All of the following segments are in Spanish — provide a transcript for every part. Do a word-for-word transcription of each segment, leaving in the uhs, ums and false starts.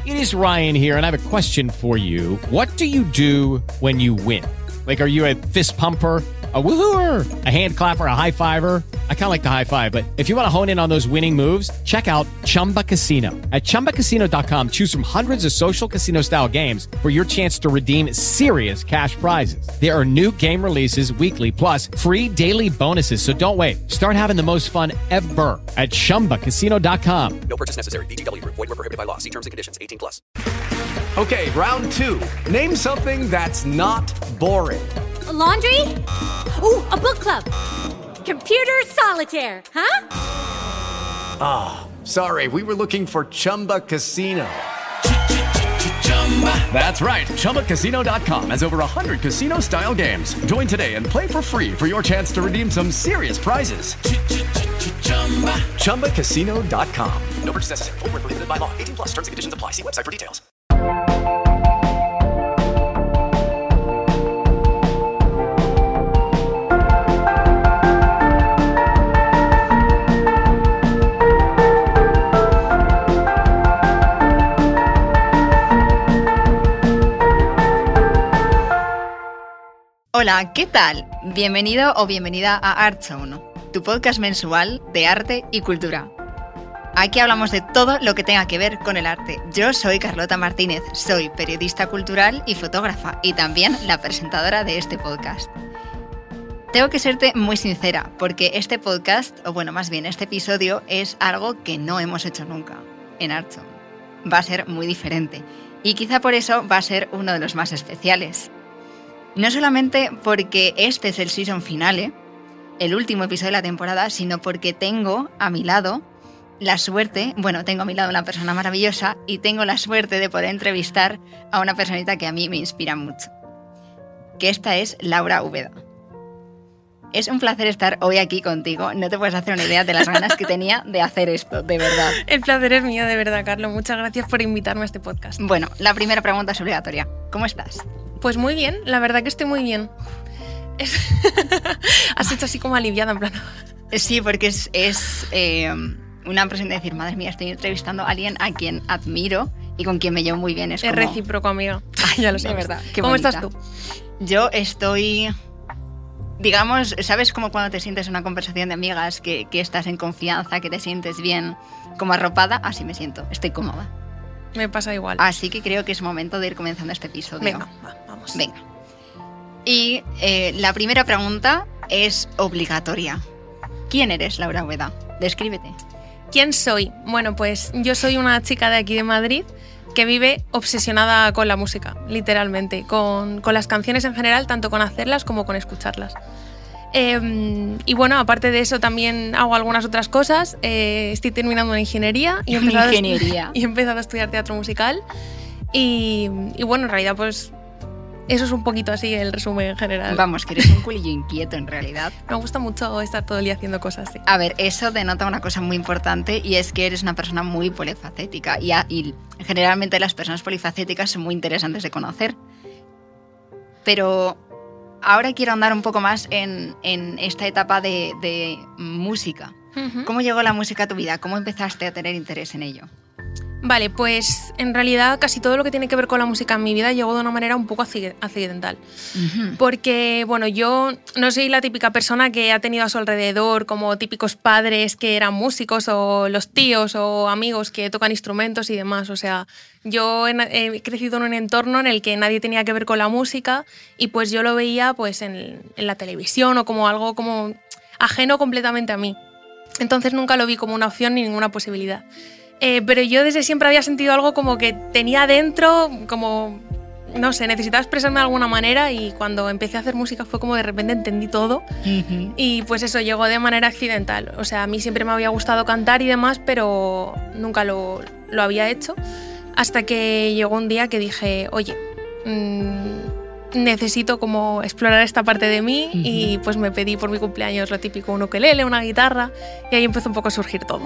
It is Ryan here, and I have a question for you. What do you do when you win? Like, are you a fist pumper, a woohooer, a hand clapper, a high fiver? I kind of like the high five, but if you want to hone in on those winning moves, check out Chumba Casino. At chumba casino dot com, choose from hundreds of social casino style games for your chance to redeem serious cash prizes. There are new game releases weekly, plus free daily bonuses. So don't wait. Start having the most fun ever at chumba casino dot com. No purchase necessary. V G W Group. Void where prohibited by law. See terms and conditions. eighteen plus. Okay, round two. Name something that's not boring. A laundry? Ooh, a book club. Computer solitaire, huh? Ah, oh, sorry. We were looking for Chumba Casino. That's right. Chumba Casino dot com has over one hundred casino-style games. Join today and play for free for your chance to redeem some serious prizes. Chumba Casino dot com. No purchase necessary. Void where prohibited by law. eighteen plus. Terms and conditions apply. See website for details. Hola, ¿qué tal? Bienvenido o bienvenida a Art Zone, tu podcast mensual de arte y cultura. Aquí hablamos de todo lo que tenga que ver con el arte. Yo soy Carlota Martínez, soy periodista cultural y fotógrafa y también la presentadora de este podcast. Tengo que serte muy sincera, porque este podcast, o bueno, más bien este episodio, es algo que no hemos hecho nunca en Art Zone. Va a ser muy diferente y quizá por eso va a ser uno de los más especiales. No solamente porque este es el season finale, el último episodio de la temporada, sino porque tengo a mi lado la suerte, bueno, tengo a mi lado una persona maravillosa y tengo la suerte de poder entrevistar a una personita que a mí me inspira mucho, que esta es Laura Úbeda. Es un placer estar hoy aquí contigo, no te puedes hacer una idea de las ganas que tenía de hacer esto, de verdad. El placer es mío, de verdad, Carlos, muchas gracias por invitarme a este podcast. Bueno, la primera pregunta es obligatoria, ¿cómo estás? Pues muy bien, la verdad que estoy muy bien. Es... Has hecho así como aliviada, en plan... Sí, porque es, es eh, una impresión de decir, madre mía, estoy entrevistando a alguien a quien admiro y con quien me llevo muy bien. Es, es como... recíproco, amiga. Ay, ya lo sabes. De verdad, qué ¿Cómo bonita. estás tú? Yo estoy... Digamos, ¿sabes como cuando te sientes en una conversación de amigas que, que estás en confianza, que te sientes bien, como arropada? Así me siento, estoy cómoda. Me pasa igual. Así que creo que es momento de ir comenzando este episodio. Venga, va, vamos. Venga. Y eh, la primera pregunta es obligatoria. ¿Quién eres, Laura Úbeda? Descríbete. ¿Quién soy? Bueno, pues yo soy una chica de aquí de Madrid que vive obsesionada con la música, literalmente, con, con las canciones en general, tanto con hacerlas como con escucharlas. Eh, y bueno, aparte de eso también hago algunas otras cosas. Eh, estoy terminando una ingeniería y he, empezado ingeniería. A y he empezado a estudiar teatro musical. Y, y bueno, en realidad pues eso es un poquito así el resumen en general. Vamos, que eres un culillo inquieto en realidad. Me gusta mucho estar todo el día haciendo cosas así. A ver, eso denota una cosa muy importante y es que eres una persona muy polifacética y, a, y generalmente las personas polifacéticas son muy interesantes de conocer. Pero ahora quiero andar un poco más en, en esta etapa de, de música. Uh-huh. ¿Cómo llegó la música a tu vida? ¿Cómo empezaste a tener interés en ello? Vale, pues en realidad casi todo lo que tiene que ver con la música en mi vida llegó de una manera un poco accidental. Uh-huh. Porque, bueno, yo no soy la típica persona que ha tenido a su alrededor como típicos padres que eran músicos o los tíos o amigos que tocan instrumentos y demás. O sea, yo he, he crecido en un entorno en el que nadie tenía que ver con la música y pues yo lo veía pues en, en la televisión o como algo como ajeno completamente a mí. Entonces nunca lo vi como una opción ni ninguna posibilidad. Eh, pero yo desde siempre había sentido algo como que tenía dentro, como, no sé, necesitaba expresarme de alguna manera y cuando empecé a hacer música fue como de repente entendí todo. Uh-huh. Y pues eso llegó de manera accidental. O sea, a mí siempre me había gustado cantar y demás, pero nunca lo, lo había hecho. Hasta que llegó un día que dije, oye, mmm, necesito como explorar esta parte de mí. Uh-huh. Y pues me pedí por mi cumpleaños lo típico, un ukelele, una guitarra y ahí empezó un poco a surgir todo.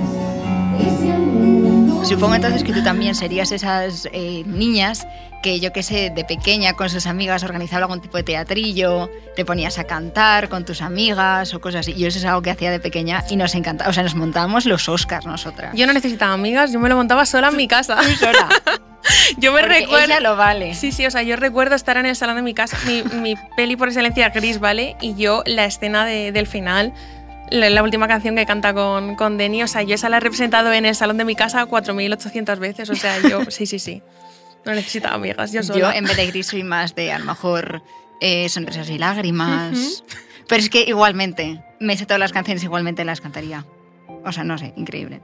Supongo entonces que tú también serías esas eh, niñas que, yo qué sé, de pequeña con sus amigas organizaba algún tipo de teatrillo, te ponías a cantar con tus amigas o cosas así. Yo eso es algo que hacía de pequeña y nos encantaba. O sea, nos montábamos los Oscars nosotras. Yo no necesitaba amigas, yo me lo montaba sola en mi casa. ¿Tú sola? Yo me Porque recuerdo. ella lo vale. Sí, sí, o sea, yo recuerdo estar en el salón de mi casa, mi, mi peli por excelencia Gris, ¿vale? Y yo, la escena de, del final, la, la última canción que canta con, con Denny, o sea, yo esa la he representado en el salón de mi casa cuatro mil ochocientas veces, o sea, yo, sí, sí, sí. No necesitaba amigas, yo sola. Yo, en vez de Gris, soy más de, a lo mejor, eh, Sonrisas y Lágrimas. Uh-huh. Pero es que igualmente, me sé todas las canciones, igualmente las cantaría. O sea, no sé, increíble.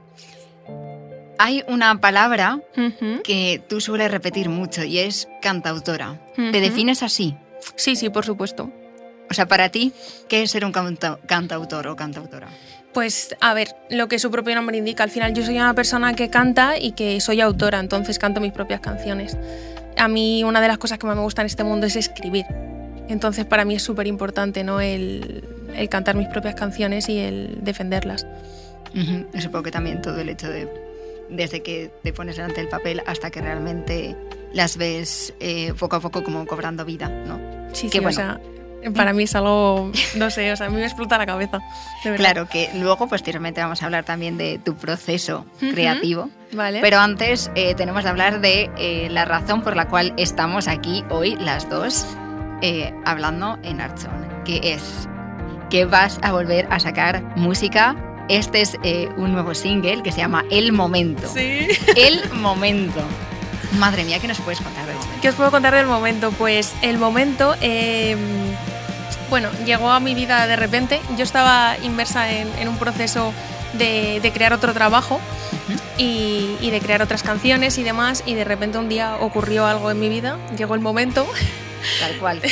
Hay una palabra uh-huh. que tú sueles repetir mucho y es cantautora. Uh-huh. ¿Te defines así? Sí, sí, por supuesto. O sea, para ti, ¿qué es ser un canta- cantautor o cantautora? Pues, a ver, lo que su propio nombre indica. Al final yo soy una persona que canta y que soy autora, entonces canto mis propias canciones. A mí una de las cosas que más me gusta en este mundo es escribir. Entonces para mí es súper importante, ¿no? el, el cantar mis propias canciones y el defenderlas. Uh-huh. Y supongo que también todo el hecho de, desde que te pones delante del papel hasta que realmente las ves eh, poco a poco como cobrando vida, ¿no? Sí, que sí, bueno. O sea, para mí es algo, no sé, o sea, a mí me explota la cabeza, de verdad. Claro, que luego posteriormente vamos a hablar también de tu proceso uh-huh. creativo. Vale. Pero antes eh, tenemos que hablar de eh, la razón por la cual estamos aquí hoy las dos eh, hablando en Artzone, que es que vas a volver a sacar música. Este es eh, un nuevo single que se llama El Momento. Sí. El Momento. Madre mía, ¿qué nos puedes contar del momento? ¿Qué os puedo contar del momento? Pues el momento, eh, bueno, llegó a mi vida de repente. Yo estaba inmersa en, en un proceso de, de crear otro trabajo uh-huh. y, y de crear otras canciones y demás, y de repente un día ocurrió algo en mi vida, llegó el momento. Tal cual.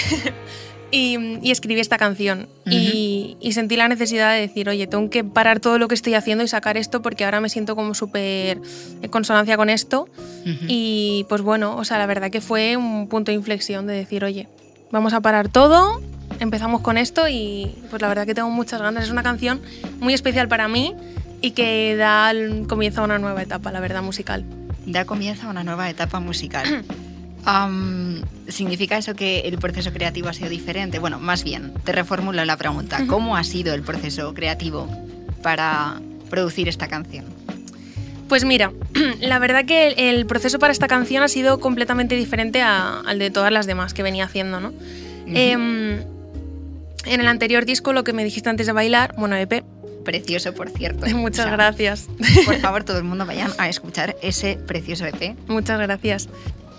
Y, y escribí esta canción uh-huh. y, y sentí la necesidad de decir, oye, tengo que parar todo lo que estoy haciendo y sacar esto porque ahora me siento como súper en consonancia con esto uh-huh. y pues bueno, o sea, la verdad que fue un punto de inflexión de decir, oye, vamos a parar todo, empezamos con esto y pues la verdad que tengo muchas ganas. Es una canción muy especial para mí y que da comienzo a una nueva etapa, la verdad, musical. Da comienzo a una nueva etapa musical. Um, ¿Significa eso que el proceso creativo ha sido diferente? Bueno, más bien, te reformulo la pregunta. ¿Cómo ha sido el proceso creativo para producir esta canción? Pues mira, la verdad que el proceso para esta canción ha sido completamente diferente a, al de todas las demás que venía haciendo, ¿no? Uh-huh. Eh, en el anterior disco, lo que me dijiste antes de bailar, bueno, E P. Precioso, por cierto. Muchas o sea, gracias. Por favor, todo el mundo vayan a escuchar ese precioso E P. Muchas gracias.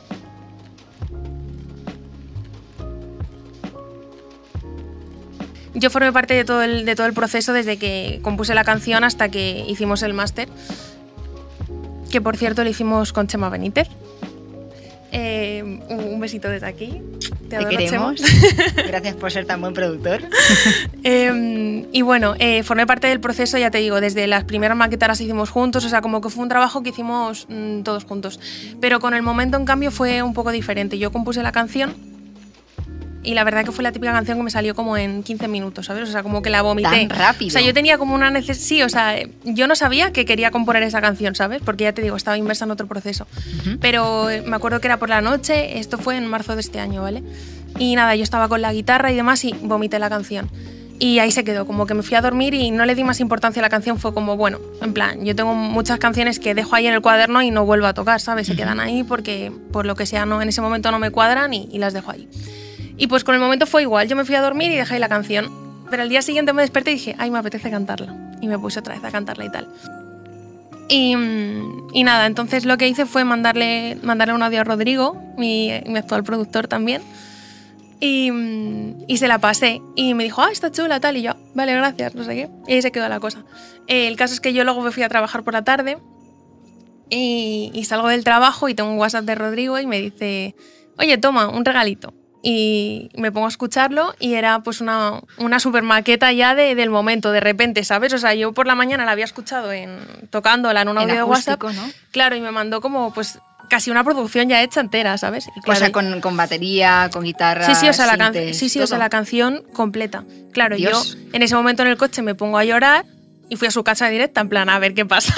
Yo formé parte de todo, el, de todo el proceso desde que compuse la canción hasta que hicimos el máster, que por cierto lo hicimos con Chema Benítez. Eh, un besito desde aquí. Te, Te queremos. Gracias por ser tan buen productor. eh, y bueno, eh, formé parte del proceso, ya te digo, desde las primeras maquetas las hicimos juntos, o sea, como que fue un trabajo que hicimos mmm, todos juntos. Pero con el momento, en cambio, fue un poco diferente. Yo compuse la canción y la verdad que fue la típica canción que me salió como en quince minutos, ¿sabes? O sea, como que la vomité. Tan rápido. O sea, yo tenía como una necesidad... Sí, o sea, yo no sabía que quería componer esa canción, ¿sabes? Porque ya te digo, estaba inmersa en otro proceso. Uh-huh. Pero me acuerdo que era por la noche, esto fue en marzo de este año, ¿vale? Y nada, yo estaba con la guitarra y demás y vomité la canción. Y ahí se quedó, como que me fui a dormir y no le di más importancia a la canción. Fue como, bueno, en plan, yo tengo muchas canciones que dejo ahí en el cuaderno y no vuelvo a tocar, ¿sabes? Se uh-huh. quedan ahí porque por lo que sea no, en ese momento no me cuadran y, y las dejo ahí. Y pues con el momento fue igual, yo me fui a dormir y dejé ahí la canción. Pero al día siguiente me desperté y dije, ay, me apetece cantarla. Y me puse otra vez a cantarla y tal. Y, y nada, entonces lo que hice fue mandarle, mandarle un audio a Rodrigo, mi, mi actual productor también. Y, y se la pasé. Y me dijo, ah, está chula, tal. Y yo, vale, gracias, no sé qué. Y ahí se quedó la cosa. Eh, el caso es que yo luego me fui a trabajar por la tarde. Y, y salgo del trabajo y tengo un WhatsApp de Rodrigo y me dice, oye, toma, un regalito. Y me pongo a escucharlo y era pues una, una super maqueta ya de, del momento, de repente, ¿sabes? O sea, yo por la mañana la había escuchado en, tocándola en un audio de WhatsApp. ¿No? Claro, y me mandó como pues casi una producción ya hecha entera, ¿sabes? Y claro, o sea, con, con batería, con guitarra. Sí, sí, o sea, la, can- sí, sí, todo. O sea, la canción completa. Claro, Dios. Yo en ese momento en el coche me pongo a llorar y fui a su casa directa, en plan, a ver qué pasa.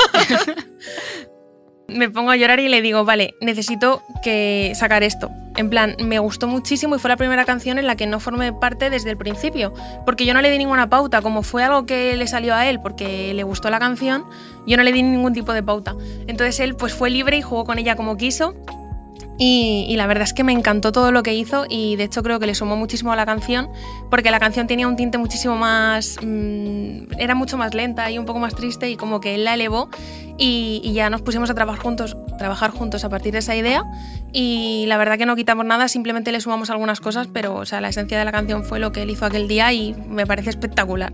Me pongo a llorar y le digo, vale, necesito que sacar esto. En plan, me gustó muchísimo y fue la primera canción en la que no formé parte desde el principio, porque yo no le di ninguna pauta, como fue algo que le salió a él porque le gustó la canción, yo no le di ningún tipo de pauta. Entonces él pues fue libre y jugó con ella como quiso Y, y la verdad es que me encantó todo lo que hizo y de hecho creo que le sumó muchísimo a la canción porque la canción tenía un tinte muchísimo más... Mmm, era mucho más lenta y un poco más triste y como que él la elevó y, y ya nos pusimos a trabajar juntos, trabajar juntos a partir de esa idea y la verdad que no quitamos nada, simplemente le sumamos algunas cosas, pero o sea, la esencia de la canción fue lo que él hizo aquel día y me parece espectacular.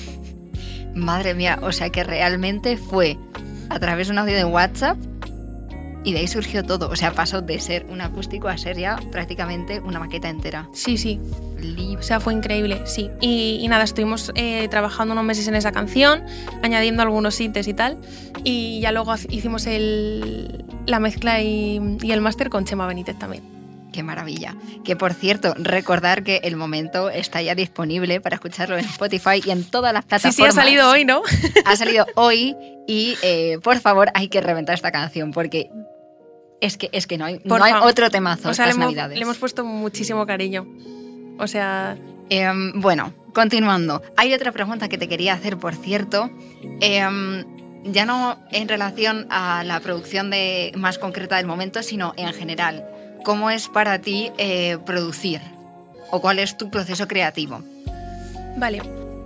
Madre mía, o sea que realmente fue a través de un audio de WhatsApp. Y de ahí surgió todo, o sea, pasó de ser un acústico a ser ya prácticamente una maqueta entera. Sí, sí, o sea, fue increíble, sí. Y, y nada, estuvimos eh, trabajando unos meses en esa canción, añadiendo algunos sintes y tal, y ya luego hicimos el, la mezcla y, y el máster con Chema Benítez también. ¡Qué maravilla! Que por cierto, recordar que el momento está ya disponible para escucharlo en Spotify y en todas las plataformas. Sí, sí, ha salido hoy, ¿no? Ha salido hoy y eh, por favor hay que reventar esta canción porque... Es que, es que no hay, no hay otro temazo o sea, estas le hemos, navidades. Le hemos puesto muchísimo cariño. O sea... Eh, bueno, continuando. Hay otra pregunta que te quería hacer, por cierto. Eh, ya no en relación a la producción de, más concreta del momento, sino en general. ¿Cómo es para ti eh, producir? ¿O cuál es tu proceso creativo? Vale.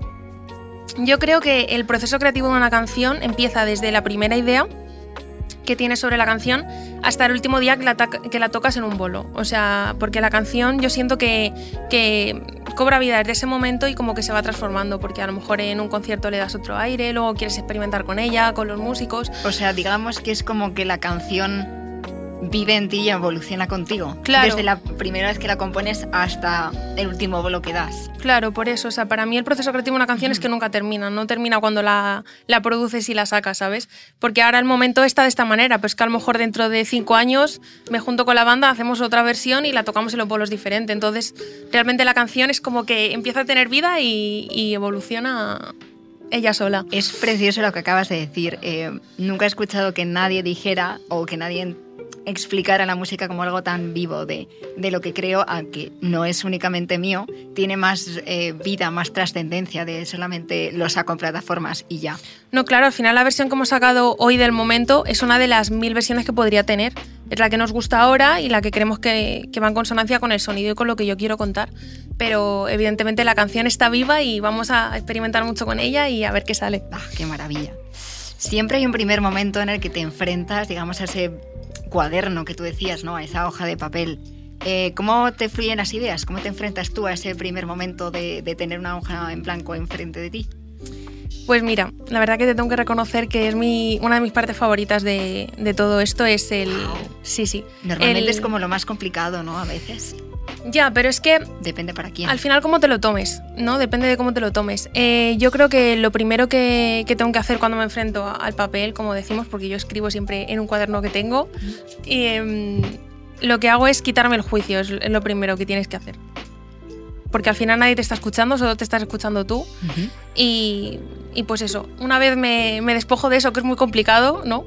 Yo creo que el proceso creativo de una canción empieza desde la primera idea que tienes sobre la canción hasta el último día que la, que la tocas en un bolo. O sea, porque la canción yo siento que, que cobra vida desde ese momento y como que se va transformando, porque a lo mejor en un concierto le das otro aire, luego quieres experimentar con ella, con los músicos. O sea, digamos que es como que la canción vive en ti y evoluciona contigo. Claro. Desde la primera vez que la compones hasta el último bolo que das. Claro, por eso. O sea, para mí el proceso creativo de una canción es que nunca termina. No termina cuando la, la produces y la sacas, ¿sabes? Porque ahora el momento está de esta manera, pues que a lo mejor dentro de cinco años me junto con la banda, hacemos otra versión y la tocamos en los bolos diferentes. Entonces, realmente la canción es como que empieza a tener vida y, y evoluciona ella sola. Es precioso lo que acabas de decir. Eh, nunca he escuchado que nadie dijera o que nadie explicar a la música como algo tan vivo de, de lo que creo, aunque no es únicamente mío, tiene más eh, vida, más trascendencia de solamente lo saco en plataformas y ya. No, claro, al final la versión que hemos sacado hoy del momento es una de las mil versiones que podría tener. Es la que nos gusta ahora y la que creemos que, que va en consonancia con el sonido y con lo que yo quiero contar. Pero evidentemente la canción está viva y vamos a experimentar mucho con ella y a ver qué sale. ¡Ah, qué maravilla! Siempre hay un primer momento en el que te enfrentas, digamos, a ese cuaderno que tú decías, ¿no? A esa hoja de papel. Eh, ¿Cómo te fluyen las ideas? ¿Cómo te enfrentas tú a ese primer momento de, de tener una hoja en blanco enfrente de ti? Pues mira, la verdad que te tengo que reconocer que es mi, una de mis partes favoritas de, de todo esto es el... Wow. Sí, sí. Normalmente el... es como lo más complicado, ¿no? A veces. Ya, pero es que... Depende para quién. Al final cómo te lo tomes, ¿no? Depende de cómo te lo tomes. Eh, yo creo que lo primero que, que tengo que hacer cuando me enfrento al papel, como decimos, porque yo escribo siempre en un cuaderno que tengo, uh-huh. y, eh, lo que hago es quitarme el juicio, es lo primero que tienes que hacer. Porque al final nadie te está escuchando, solo te estás escuchando tú. Uh-huh. Y, y pues eso, una vez me, me despojo de eso, que es muy complicado, ¿no?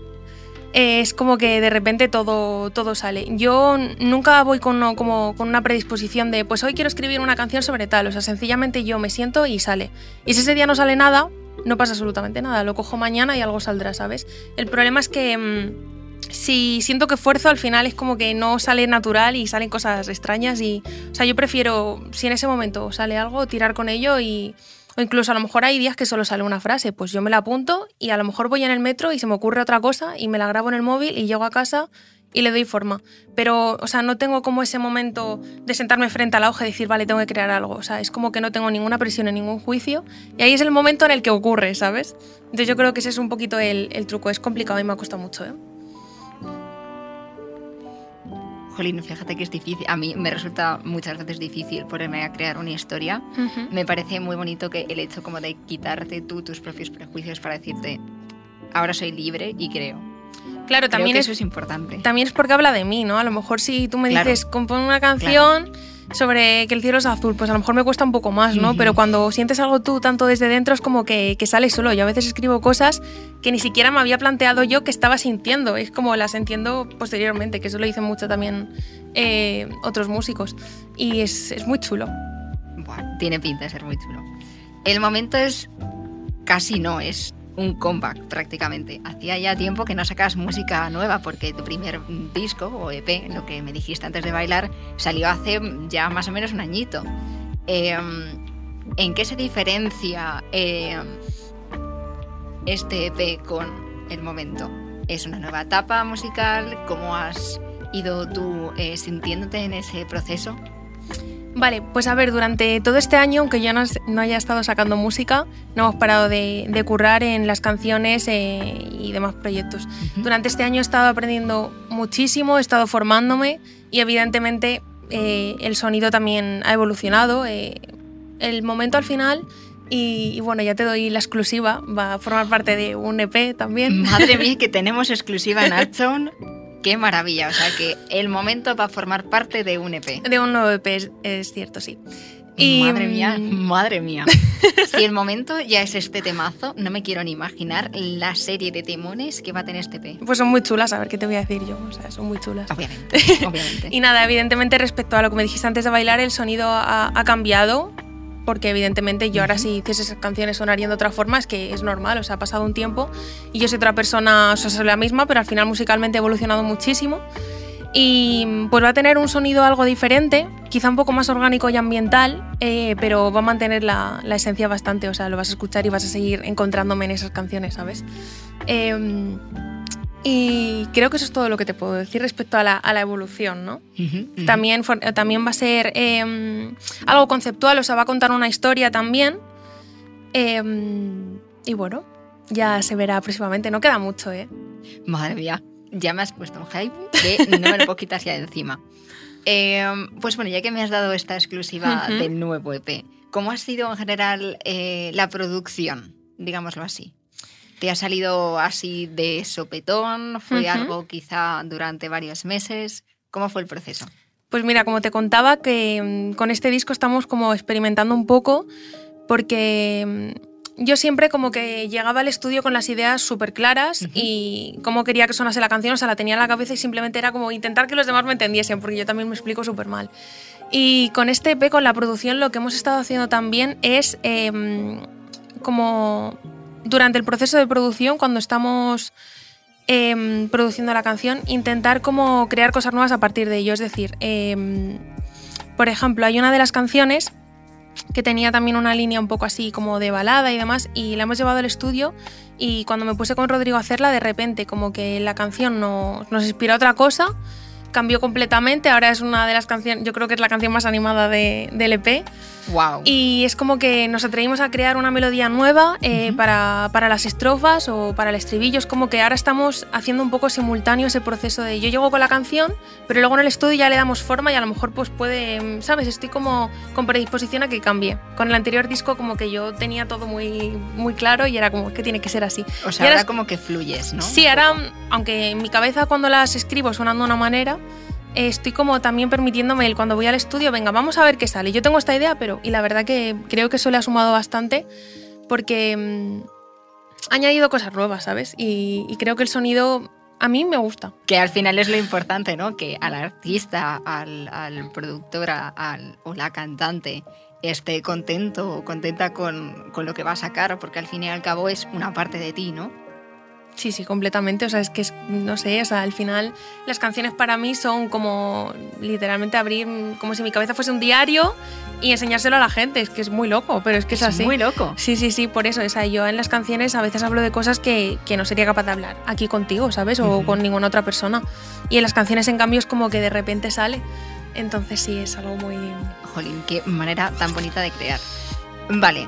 Es como que de repente todo, todo sale. Yo nunca voy con, no, como, con una predisposición de pues hoy quiero escribir una canción sobre tal. O sea, sencillamente yo me siento y sale. Y si ese día no sale nada, no pasa absolutamente nada. Lo cojo mañana y algo saldrá, ¿sabes? El problema es que mmm, si siento que esfuerzo, al final es como que no sale natural y salen cosas extrañas. Y, o sea, yo prefiero, si en ese momento sale algo, tirar con ello y... O incluso a lo mejor hay días que solo sale una frase, pues yo me la apunto y a lo mejor voy en el metro y se me ocurre otra cosa y me la grabo en el móvil y llego a casa y le doy forma. Pero, o sea, no tengo como ese momento de sentarme frente a la hoja y decir, vale, tengo que crear algo. O sea, es como que no tengo ninguna presión en ningún juicio y ahí es el momento en el que ocurre, ¿sabes? Entonces yo creo que ese es un poquito el, el truco. Es complicado y me ha costado mucho, ¿eh? Jolín, fíjate que es difícil. A mí me resulta muchas veces difícil ponerme a crear una historia. Uh-huh. Me parece muy bonito que el hecho como de quitarte tú tus propios prejuicios para decirte, ahora soy libre y creo. Claro, creo también que es, eso es importante. También es porque habla de mí, ¿no? A lo mejor si tú me dices, claro, compón una canción... Claro. Sobre que el cielo es azul, pues a lo mejor me cuesta un poco más, ¿no? Uh-huh. Pero cuando sientes algo tú tanto desde dentro es como que, que sale solo. Yo a veces escribo cosas que ni siquiera me había planteado yo que estaba sintiendo. Es como las entiendo posteriormente, que eso lo dicen mucho también eh, otros músicos. Y es, es muy chulo. Bueno, tiene pinta de ser muy chulo. El momento es... Casi no, es un comeback prácticamente. Hacía ya tiempo que no sacas música nueva porque tu primer disco o E P, lo que me dijiste antes de bailar, salió hace ya más o menos un añito. Eh, ¿En qué se diferencia eh, este E P con el momento? ¿Es una nueva etapa musical? ¿Cómo has ido tú eh, sintiéndote en ese proceso? Vale, pues a ver, durante todo este año, aunque yo no, no haya estado sacando música, no hemos parado de, de currar en las canciones eh, y demás proyectos. Uh-huh. Durante este año he estado aprendiendo muchísimo, he estado formándome y evidentemente eh, el sonido también ha evolucionado. Eh, el momento al final, y, y bueno, ya te doy la exclusiva, va a formar parte de un E P también. Madre mía, que tenemos exclusiva en Artzone. ¡Qué maravilla! O sea, que el momento va a formar parte de un E P. De un nuevo E P, es, es cierto, sí. Y, madre mía, madre mía. Si el momento ya es este temazo, no me quiero ni imaginar la serie de temones que va a tener este E P. Pues son muy chulas, a ver qué te voy a decir yo. O sea, son muy chulas. Obviamente, obviamente. Y nada, evidentemente respecto a lo que me dijiste antes de bailar, el sonido ha, ha cambiado. Porque evidentemente yo ahora si hiciese esas canciones sonarían de otra forma, es que es normal, o sea, ha pasado un tiempo y yo soy otra persona, o sea, soy la misma, pero al final musicalmente he evolucionado muchísimo y pues va a tener un sonido algo diferente, quizá un poco más orgánico y ambiental, eh, pero va a mantener la, la esencia bastante, o sea, lo vas a escuchar y vas a seguir encontrándome en esas canciones, ¿sabes? Eh, Y creo que eso es todo lo que te puedo decir respecto a la, a la evolución, ¿no? Uh-huh, uh-huh. También, for, también va a ser eh, algo conceptual, o sea, va a contar una historia también. Eh, y bueno, ya se verá próximamente, no queda mucho, ¿eh? Madre mía, ya me has puesto un hype que no me lo puedo quitar hacia encima. Eh, pues bueno, ya que me has dado esta exclusiva uh-huh. del nuevo E P, ¿cómo ha sido en general eh, la producción, digámoslo así? ¿Te ha salido así de sopetón? ¿Fue uh-huh. algo quizá durante varios meses? ¿Cómo fue el proceso? Pues mira, como te contaba, que con este disco estamos como experimentando un poco porque yo siempre como que llegaba al estudio con las ideas súper claras uh-huh. y cómo quería que sonase la canción, o sea, la tenía en la cabeza y simplemente era como intentar que los demás me entendiesen, porque yo también me explico súper mal. Y con este E P, con la producción, lo que hemos estado haciendo también es eh, como... durante el proceso de producción, cuando estamos eh, produciendo la canción, intentar como crear cosas nuevas a partir de ello. Es decir, eh, por ejemplo, hay una de las canciones que tenía también una línea un poco así como de balada y demás, y la hemos llevado al estudio y cuando me puse con Rodrigo a hacerla, de repente como que la canción nos, nos inspiró a otra cosa, cambió completamente, ahora es una de las canciones, yo creo que es la canción más animada de, del E P. Wow. Y es como que nos atrevimos a crear una melodía nueva eh, uh-huh. para, para las estrofas o para el estribillo. Es como que ahora estamos haciendo un poco simultáneo ese proceso de yo llego con la canción, pero luego en el estudio ya le damos forma y a lo mejor pues puede, ¿sabes? Estoy como con predisposición a que cambie. Con el anterior disco como que yo tenía todo muy, muy claro y era como que tiene que ser así. O sea, y ahora, ahora es como que fluyes, ¿no? Sí, ahora, aunque en mi cabeza cuando las escribo suenan de una manera, estoy como también permitiéndome el cuando voy al estudio, venga, vamos a ver qué sale. Yo tengo esta idea, pero... Y la verdad que creo que eso le ha sumado bastante porque mmm, ha añadido cosas nuevas, ¿sabes? Y, y creo que el sonido a mí me gusta. Que al final es lo importante, ¿no? Que al artista, al, al productor al, o la cantante esté contento o contenta con, con lo que va a sacar, porque al fin y al cabo es una parte de ti, ¿no? Sí, sí, completamente. O sea, es que, es, no sé, o sea, al final las canciones para mí son como literalmente abrir, como si mi cabeza fuese un diario y enseñárselo a la gente. Es que es muy loco, pero es que es, es así. Es muy loco. Sí, sí, sí, por eso. O sea, yo en las canciones a veces hablo de cosas que, que no sería capaz de hablar aquí contigo, ¿sabes? O uh-huh. con ninguna otra persona. Y en las canciones, en cambio, es como que de repente sale. Entonces sí, es algo muy... Jolín, qué manera tan bonita de crear. Vale.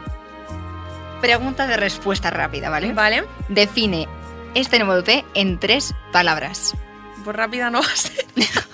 Pregunta de respuesta rápida, ¿vale? Vale. Define este nuevo E P en tres palabras. Pues rápida no va a ser.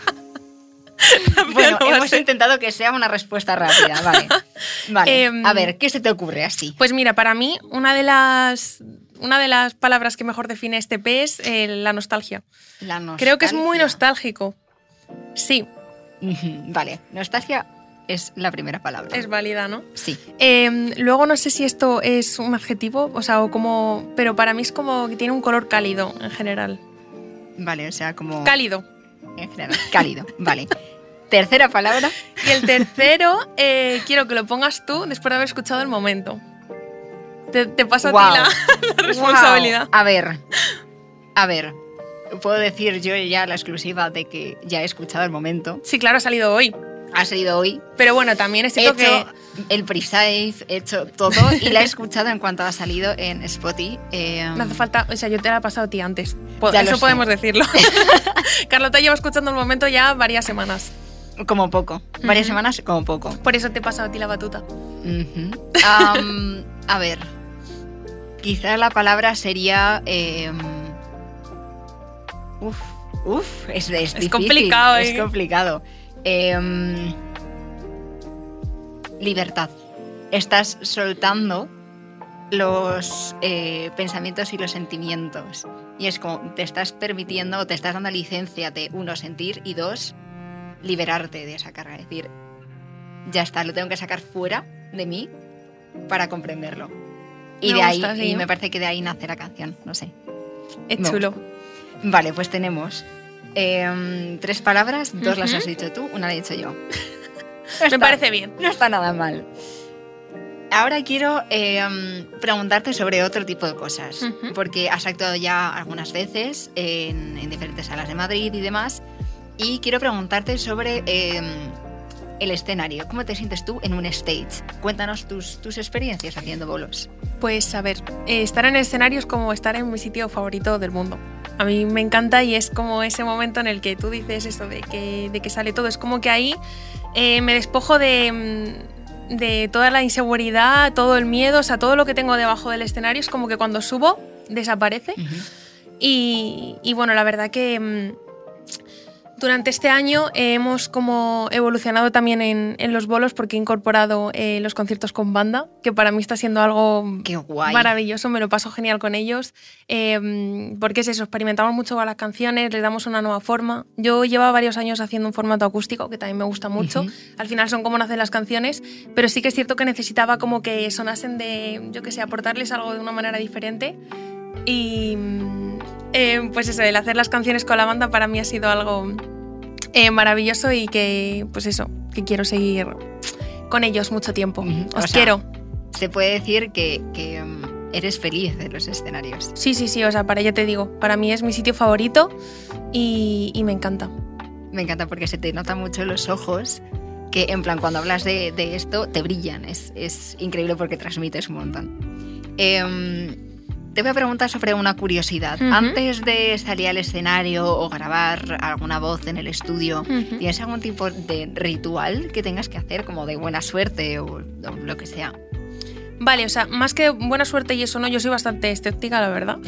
Bueno, no hemos intentado que sea una respuesta rápida, vale. Vale. Eh, a ver, ¿qué se te ocurre así? Pues mira, para mí una de las una de las palabras que mejor define este E P es eh, la nostalgia. La nostalgia. Creo que es muy nostálgico. Sí. Vale, nostalgia es la primera palabra. Es válida, ¿no? Sí. Eh, luego no sé si esto es un adjetivo, o sea, o como, pero para mí es como que tiene un color cálido en general. Vale, o sea, como... Cálido. En general, cálido, vale. Tercera palabra. Y el tercero, eh, quiero que lo pongas tú después de haber escuchado el momento. Te, te paso Wow. a ti la, la responsabilidad. Wow. A ver, a ver. Puedo decir yo ya la exclusiva de que ya he escuchado el momento. Sí, claro, ha salido hoy. Ha salido hoy. Pero bueno, también es He cierto hecho que el pre-save, he hecho todo y la he escuchado en cuanto ha salido en Spotify. Eh, no hace falta, o sea, yo te la he pasado a ti antes. Po- Ya lo Eso sé. podemos decirlo. Carlota lleva escuchando el momento ya varias semanas. Como poco. Varias Ujú. semanas, como poco. Por eso te he pasado a ti la batuta. Ujú. Am, a ver. Quizá la palabra sería. Eh, uf, uf, es, es, difícil, complicado, Es ¿eh? complicado. Em, libertad. Estás soltando los eh, pensamientos y los sentimientos. Y es como te estás permitiendo, te estás dando licencia de, uno, sentir y dos, liberarte de esa carga. Es decir, ya está, lo tengo que sacar fuera de mí para comprenderlo. Y Me de gusta, ahí, sí. y me parece que de ahí nace la canción, no sé. Es Me chulo. Vale, pues tenemos em, tres palabras, dos las Ujú. has dicho tú, una la he dicho yo. Me parece bien. No está nada mal. Ahora quiero em, preguntarte sobre otro tipo de cosas, Ujú. porque has actuado ya algunas veces en, en diferentes salas de Madrid y demás, y quiero preguntarte sobre em, el escenario. ¿Cómo te sientes tú en un stage? Cuéntanos tus, tus experiencias haciendo bolos. Pues a ver, eh, estar en el escenario es como estar en mi sitio favorito del mundo. A mí me encanta y es como ese momento en el que tú dices eso de que, de que sale todo. Es como que ahí eh, me despojo de, mm, de toda la inseguridad, todo el miedo, o sea, todo lo que tengo debajo del escenario es como que cuando subo desaparece. Y, y bueno, la verdad que mm, durante este año eh, hemos como evolucionado también en, en los bolos porque he incorporado eh, los conciertos con banda, que para mí está siendo algo Qué guay. maravilloso, me lo paso genial con ellos, eh, porque es eso, experimentamos mucho con las canciones, les damos una nueva forma. Yo llevo varios años haciendo un formato acústico, que también me gusta mucho, Ujú. al final son como nacen las canciones, pero sí que es cierto que necesitaba como que sonasen de, yo que sé, aportarles algo de una manera diferente. Y eh, pues eso, el hacer las canciones con la banda para mí ha sido algo eh, maravilloso y que, pues eso, que quiero seguir con ellos mucho tiempo. Ujú. Os O sea, quiero. Se puede decir que, que um, eres feliz en los escenarios. Sí, sí, sí, o sea, para ya te digo, para mí es mi sitio favorito y, y me encanta. Me encanta porque se te nota mucho en los ojos que, en plan, cuando hablas de, de esto, te brillan. Es, es increíble porque transmites un montón. Eh, te voy a preguntar sobre una curiosidad. Ujú. Antes de salir al escenario o grabar alguna voz en el estudio, Ujú. ¿tienes algún tipo de ritual que tengas que hacer, como de buena suerte o, o lo que sea? Vale, o sea, más que buena suerte y eso no, yo soy bastante escéptica, la verdad.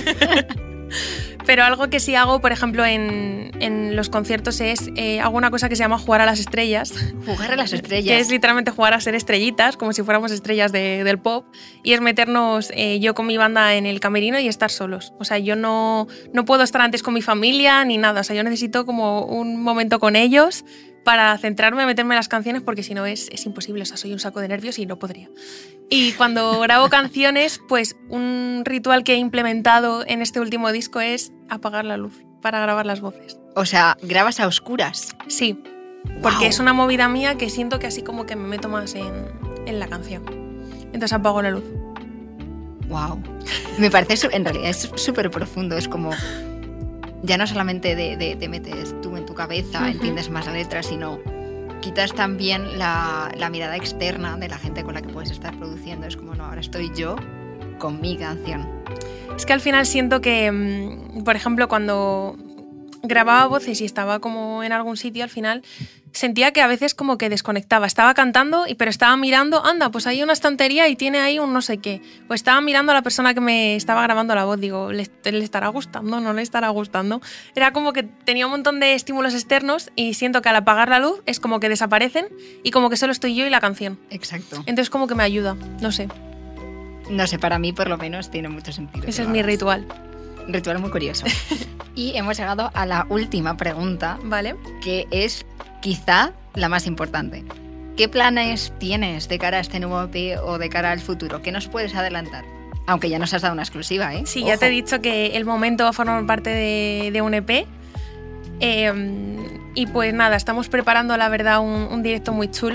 Pero algo que sí hago, por ejemplo, en, en los conciertos es, eh, hago una cosa que se llama jugar a las estrellas. Jugar a las estrellas. Que es literalmente jugar a ser estrellitas, como si fuéramos estrellas de- del pop, y es meternos eh, yo con mi banda en el camerino y estar solos. O sea, yo no, no puedo estar antes con mi familia ni nada, o sea, yo necesito como un momento con ellos para centrarme, meterme en las canciones, porque si no es, es imposible, o sea, soy un saco de nervios y no podría. Y cuando grabo canciones, pues un ritual que he implementado en este último disco es apagar la luz para grabar las voces. O sea, grabas a oscuras. Sí, porque Guau. es una movida mía que siento que así como que me meto más en, en la canción. Entonces apago la luz. Wow. Me parece, su- en realidad es súper profundo. Es como, ya no solamente de, de- te metes tú en tu cabeza, Ujú. entiendes más la letra, sino quitas también la, la mirada externa de la gente con la que puedes estar produciendo. Es como, no, ahora estoy yo con mi canción. Es que al final siento que, mm, por ejemplo, cuando grababa voces y estaba como en algún sitio, al final sentía que a veces como que desconectaba. Estaba cantando, y pero estaba mirando, anda, pues hay una estantería y tiene ahí un no sé qué. Pues estaba mirando a la persona que me estaba grabando la voz. Digo, ¿le, le estará gustando? ¿No le estará gustando? Era como que tenía un montón de estímulos externos y siento que al apagar la luz es como que desaparecen y como que solo estoy yo y la canción. Exacto. Entonces como que me ayuda, no sé. No sé, para mí por lo menos tiene mucho sentido. Ese que es lo mi hagas. ritual. Ritual muy curioso. Y hemos llegado a la última pregunta, ¿Vale? que es quizá la más importante. ¿Qué planes tienes de cara a este nuevo E P o de cara al futuro? ¿Qué nos puedes adelantar? Aunque ya nos has dado una exclusiva, ¿eh? Sí, ya Ojo. te he dicho que el momento va a formar parte de, de un E P. Eh, y pues nada, estamos preparando, la verdad, un, un directo muy chulo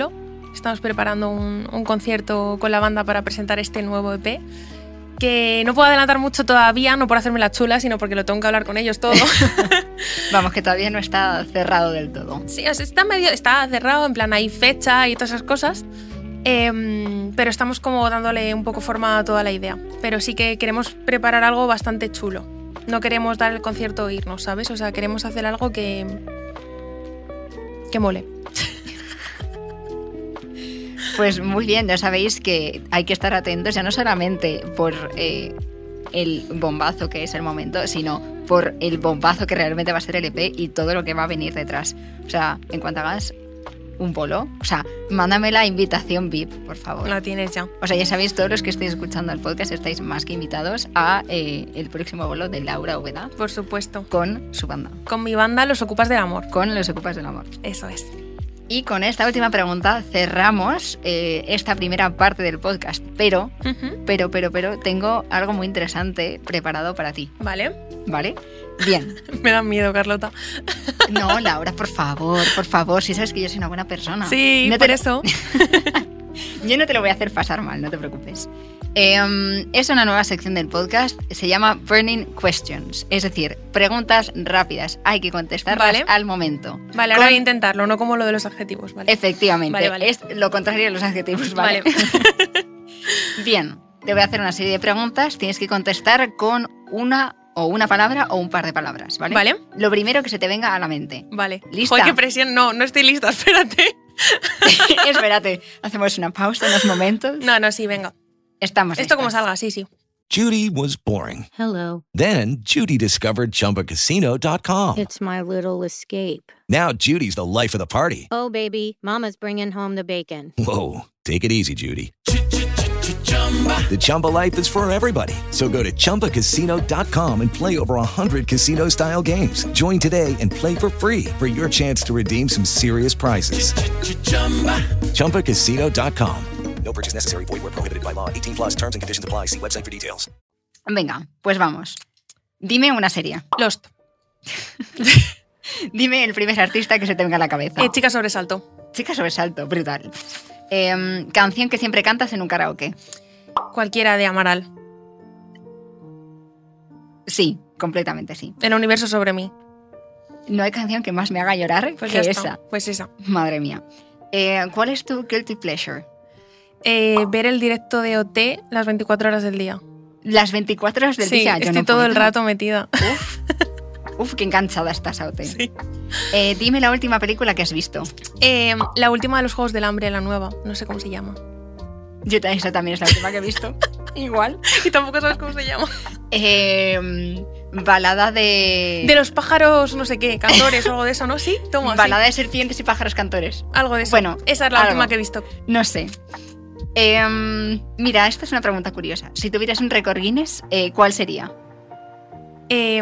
Estamos preparando un, un concierto con la banda para presentar este nuevo E P. Que no puedo adelantar mucho todavía, no por hacerme la chula, sino porque lo tengo que hablar con ellos todo. Vamos, que todavía no está cerrado del todo. Sí, o sea, está medio, está cerrado, en plan hay fecha y todas esas cosas, eh, pero estamos como dándole un poco forma a toda la idea. Pero sí que queremos preparar algo bastante chulo. No queremos dar el concierto e irnos, ¿sabes? O sea, queremos hacer algo que, que mole. Pues muy bien, ya sabéis que hay que estar atentos, ya no solamente por eh, el bombazo que es el momento, sino por el bombazo que realmente va a ser el E P y todo lo que va a venir detrás. O sea, en cuanto hagas un bolo, o sea, mándame la invitación V I P, por favor. La tienes ya. O sea, ya sabéis, todos los que estéis escuchando el podcast estáis más que invitados a eh, el próximo bolo de Laura Úbeda. Por supuesto. Con su banda. Con mi banda Los Ocupas del Amor. Con Los Ocupas del Amor. Eso es. Y con esta última pregunta cerramos eh, esta primera parte del podcast. Pero, uh-huh. pero, pero, pero, tengo algo muy interesante preparado para ti. Vale. ¿Vale? Bien. Me da miedo, Carlota. No, Laura, por favor, por favor. Si sabes que yo soy una buena persona. Sí, no te... por eso. Yo no te lo voy a hacer pasar mal, no te preocupes. Eh, es una nueva sección del podcast, se llama Burning Questions, es decir, preguntas rápidas, hay que contestarlas vale. al momento. Vale, ahora Con... voy a intentarlo, no como lo de los adjetivos, ¿vale? Efectivamente, vale, vale. Es lo contrario de los adjetivos, ¿vale? Vale. Bien, te voy a hacer una serie de preguntas, tienes que contestar con una o una palabra o un par de palabras, ¿vale? Vale. Lo primero que se te venga a la mente. Vale. ¿Lista? Joder, qué presión, no, no estoy lista, espérate. Espérate, hacemos una pausa unos momentos. No, no, sí, venga. Estamos Esto listas. como salga, sí, sí. Judy was boring. Hello. Then Judy discovered Chumba Casino dot com. It's my little escape. Now Judy's the life of the party. Oh, baby, mama's bringing home the bacon. Whoa, take it easy, Judy. The Chumba life is for everybody. So go to Chumba Casino dot com and play over one hundred casino-style games. Join today and play for free for your chance to redeem some serious prizes. Chumba Casino dot com. No purchase necessary. Void where prohibited by law. eighteen plus terms and conditions apply. See website for details. Venga, pues vamos. Dime una serie. Lost. Dime el primer artista que se te venga a la cabeza. Eh, Chica Sobresalto. Chica Sobresalto, brutal. Eh, canción que siempre cantas en un karaoke. Cualquiera de Amaral. Sí, completamente sí. El universo sobre mí. No hay canción que más me haga llorar pues que ya esa. Está. Pues esa. Madre mía. Eh, ¿Cuál es tu guilty pleasure? Eh, ver el directo de O T las veinticuatro horas del día. Las veinticuatro horas del sí, día. Yo estoy no todo puedo. el rato metida. Uf, uf, qué enganchada estás, O T. Sí. Eh, dime la última película que has visto. Eh, la última de los Juegos del Hambre, la nueva. No sé cómo se llama. Yo también, esa también es la última que he visto. Igual. Y tampoco sabes cómo se llama. Eh, balada de... De los pájaros, no sé qué, cantores o algo de eso, ¿no? Sí, toma. Balada sí. de serpientes y pájaros cantores. Algo de eso. Bueno, esa es la algo. última que he visto. No sé. Eh, mira, esta es una pregunta curiosa. Si tuvieras un récord Guinness, eh, ¿cuál sería? Eh,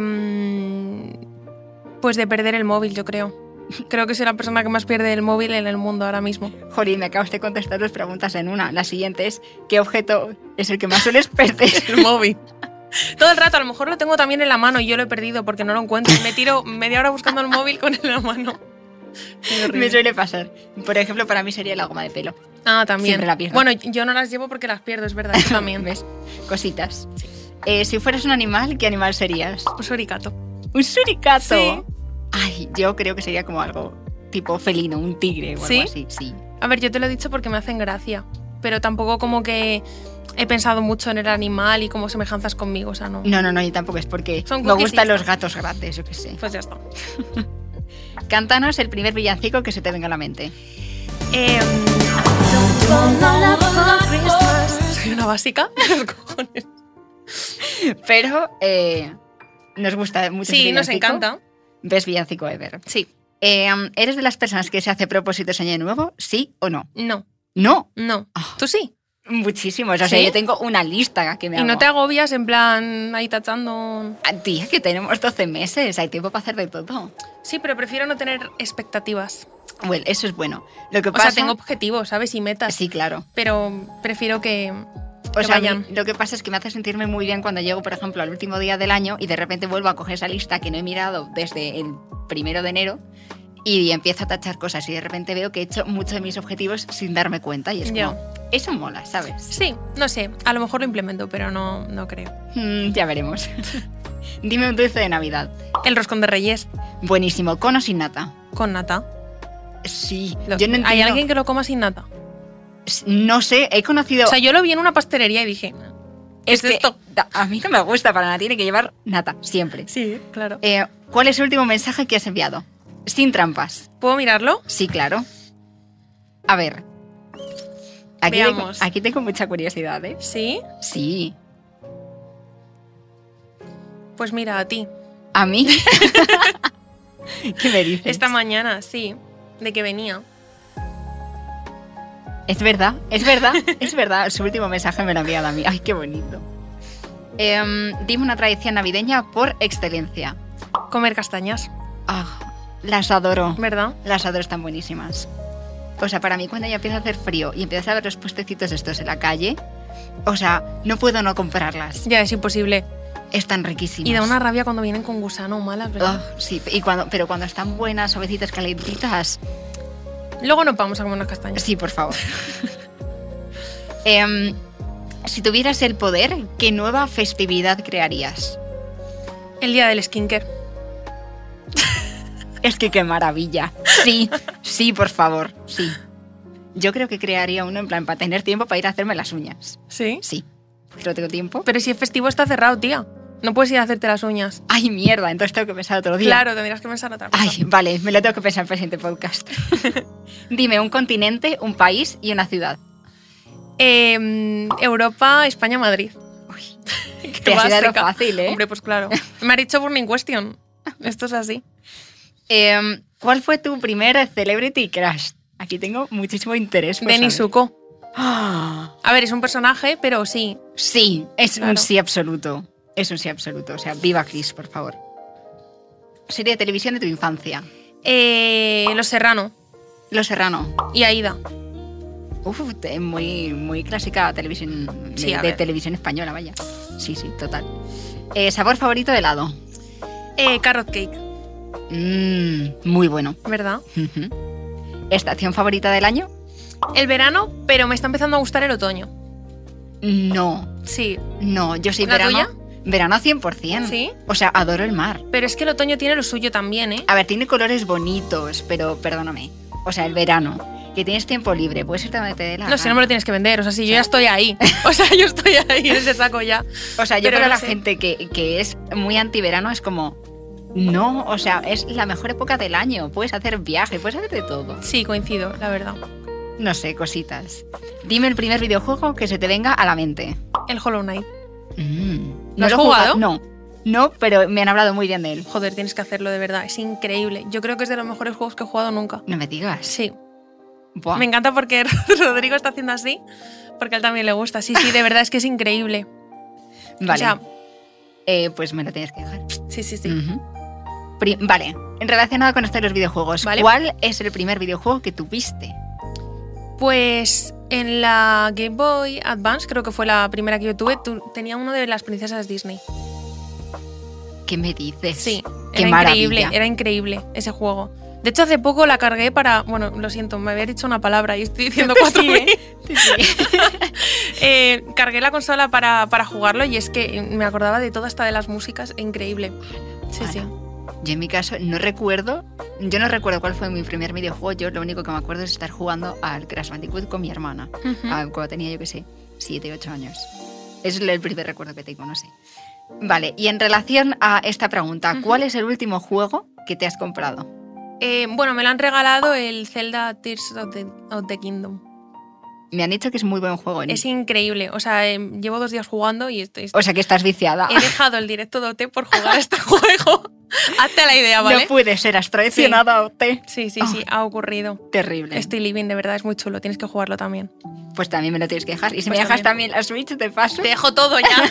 pues de perder el móvil, yo creo. Creo que soy la persona que más pierde el móvil en el mundo ahora mismo. Jolín, me acabas de contestar dos preguntas en una. La siguiente es, ¿qué objeto es el que más sueles perder? El móvil. Todo el rato, a lo mejor lo tengo también en la mano y yo lo he perdido porque no lo encuentro. Me tiro media hora buscando el móvil con él en la mano. Me suele pasar. Por ejemplo, para mí sería la goma de pelo. Ah, también. Siempre la pierdo. Bueno, yo no las llevo porque las pierdo, es verdad. Yo también. ¿Ves? Cositas. Sí. Eh, si fueras un animal, ¿qué animal serías? Un suricato. ¿Un suricato? Sí. Ay, yo creo que sería como algo tipo felino, un tigre o ¿Sí? algo así. Sí. A ver, yo te lo he dicho porque me hacen gracia. Pero tampoco como que he pensado mucho en el animal y como semejanzas conmigo, o sea, no. No, no, no, yo tampoco es porque Son me gustan sí, los gatos grandes, yo qué sé. Pues ya está. Cántanos el primer villancico que se te venga a la mente. Eh, Soy una básica. Pero eh, nos gusta mucho. Sí, nos encanta. Ves villancico ever. Sí. Eh, ¿Eres de las personas que se hace propósitos año nuevo? ¿Sí o no? No. ¿No? No. Oh, ¿Tú sí? Muchísimos. O sea, ¿Sí? yo tengo una lista que me ¿Y hago. no te agobias en plan ahí tachando? Ah, tía, que tenemos doce meses. Hay tiempo para hacer de todo. Sí, pero prefiero no tener expectativas. Bueno, eso es bueno. Lo que O pasa... sea, tengo objetivos, ¿sabes? Y metas. Sí, claro. Pero prefiero que, que O sea, vayan. lo que pasa es que me hace sentirme muy bien cuando llego, por ejemplo, al último día del año y de repente vuelvo a coger esa lista que no he mirado desde el primero de enero y empiezo a tachar cosas y de repente veo que he hecho muchos de mis objetivos sin darme cuenta y es como, Ya. eso mola, ¿sabes? Sí, no sé, a lo mejor lo implemento, pero no, no creo. Mm, ya veremos. Dime un dulce de Navidad. El roscón de Reyes, Buenísimo, con o sin nata. con nata. Sí, Lo- yo no ¿Hay entiendo- alguien que lo coma sin nata? No sé, he conocido... O sea, yo lo vi en una pastelería y dije, es ¿es que esto? da- a mí no me gusta para nada, tiene que llevar nata, siempre. Sí, claro. Eh, ¿Cuál es el último mensaje que has enviado? Sin trampas. ¿Puedo mirarlo? Sí, claro. A ver. Aquí, Veamos. tengo, aquí tengo mucha curiosidad, ¿eh? Sí. Sí. Pues mira, a ti. ¿A mí? ¿Qué me dices? Esta mañana, sí. De que venía. Es verdad, es verdad, es verdad. Su último mensaje me lo ha enviado a mí. Ay, qué bonito. Em, dime una tradición navideña por excelencia. Comer castañas, Ah, las adoro. ¿verdad? Las adoro, están buenísimas. O sea, para mí cuando ya empieza a hacer frío y empiezas a ver los puestecitos estos en la calle, o sea, no puedo no comprarlas. Ya, es imposible. Están riquísimas. Y da una rabia cuando vienen con gusano malas, ¿verdad? Ah, sí, y cuando, pero cuando están buenas, suavecitas, calentitas. Luego nos vamos a comer unas castañas. Sí, por favor. Em, si tuvieras el poder, ¿qué nueva festividad crearías? El día del skincare. Es que qué maravilla. Sí, sí, por favor, sí. Yo creo que crearía uno en plan para tener tiempo para ir a hacerme las uñas. ¿Sí? Sí, porque no tengo tiempo. Pero si es festivo está cerrado, tía. No puedes ir a hacerte las uñas. Ay, mierda, entonces tengo que pensar otro día. Claro, tendrías que pensar otra cosa. Ay, vale, me lo tengo que pensar en el siguiente podcast. Dime un continente, un país y una ciudad. Eh, Europa, España, Madrid. Te has dado básica. fácil, ¿eh? Hombre, pues claro. Me ha dicho Burning Question. Esto es así. Em, ¿Cuál fue tu primer celebrity crush? Aquí tengo muchísimo interés. por Denis saber. Zuko. ¡Ah! A ver, es un personaje, pero sí. Sí, es un Claro. sí absoluto. Es un sí absoluto. O sea, viva Chris, por favor. Serie de televisión de tu infancia. Eh, Los Serrano Los Serrano. y Aida. Uf, te- muy, muy clásica televisión de, Sí, a de ver. televisión española, vaya. Sí, sí, total. Eh, ¿Sabor favorito de helado? Eh, Carrot Cake, Mmm, muy bueno. ¿verdad? Ujú. ¿Estación favorita del año? El verano, pero me está empezando a gustar el otoño. No, Sí. no, yo soy ¿La verano. tuya? Verano cien por ciento. ¿Sí? O sea, adoro el mar. Pero es que el otoño tiene lo suyo también, ¿eh? A ver, tiene colores bonitos, pero perdóname. O sea, el verano, que tienes tiempo libre, puedes irte donde te dé la No, si no gana. me lo tienes que vender. O sea, si yo ya estoy ahí. O sea, yo estoy ahí en ese saco ya. O sea, yo Pero creo no la sé. gente que, que es muy antiverano es como... No, o sea, es la mejor época del año. Puedes hacer viaje, puedes hacer de todo. Sí, coincido, la verdad. No sé, cositas. Dime el primer videojuego que se te venga a la mente. El Hollow Knight. Mm. ¿Lo has he jugado? No, no, pero me han hablado muy bien de él. Joder, tienes que hacerlo de verdad. Es increíble. Yo creo que es de los mejores juegos que he jugado nunca. No me digas. Sí. Buah. Me encanta porque Rodrigo está haciendo así. Porque a él también le gusta. Sí, sí, de verdad es que es increíble. Vale. O sea, Eh, pues me lo tienes que dejar. sí, sí, sí. Ujú. Pri- vale, relacionado con esto de los videojuegos, Vale. ¿cuál es el primer videojuego que tuviste? Pues en la Game Boy Advance, creo que fue la primera que yo tuve, tu- tenía uno de las princesas Disney. ¿Qué me dices? Sí, Qué era maravilla. increíble, era increíble ese juego. De hecho, hace poco la cargué para... Bueno, lo siento, me había dicho una palabra y estoy diciendo cuatro Sí, mil. Sí, sí. Eh, cargué la consola para, para jugarlo y es que me acordaba de todo, hasta de las músicas, increíble. Sí, sí. Yo en mi caso no recuerdo, yo no recuerdo cuál fue mi primer videojuego, yo lo único que me acuerdo es estar jugando al Crash Bandicoot con mi hermana, Ujú. ah, cuando tenía yo que sé, siete, ocho años. Es el primer recuerdo que tengo, no sé. Vale, y en relación a esta pregunta, Ujú. ¿cuál es el último juego que te has comprado? Eh, bueno, me lo han regalado el Zelda Tears of the, of the Kingdom. Me han dicho que es muy buen juego. ¿no? Es increíble. O sea, eh, llevo dos días jugando y estoy... O sea que estás viciada. He dejado el directo de O T por jugar a este juego. Hazte la idea, ¿vale? No puede ser, has traicionado a O T. Sí, sí, Oh. sí, ha ocurrido. Terrible. Estoy living, de verdad, es muy chulo. Tienes que jugarlo también. Pues también me lo tienes que dejar. Y si Pues me dejas también. también la Switch, te paso. Te dejo todo ya.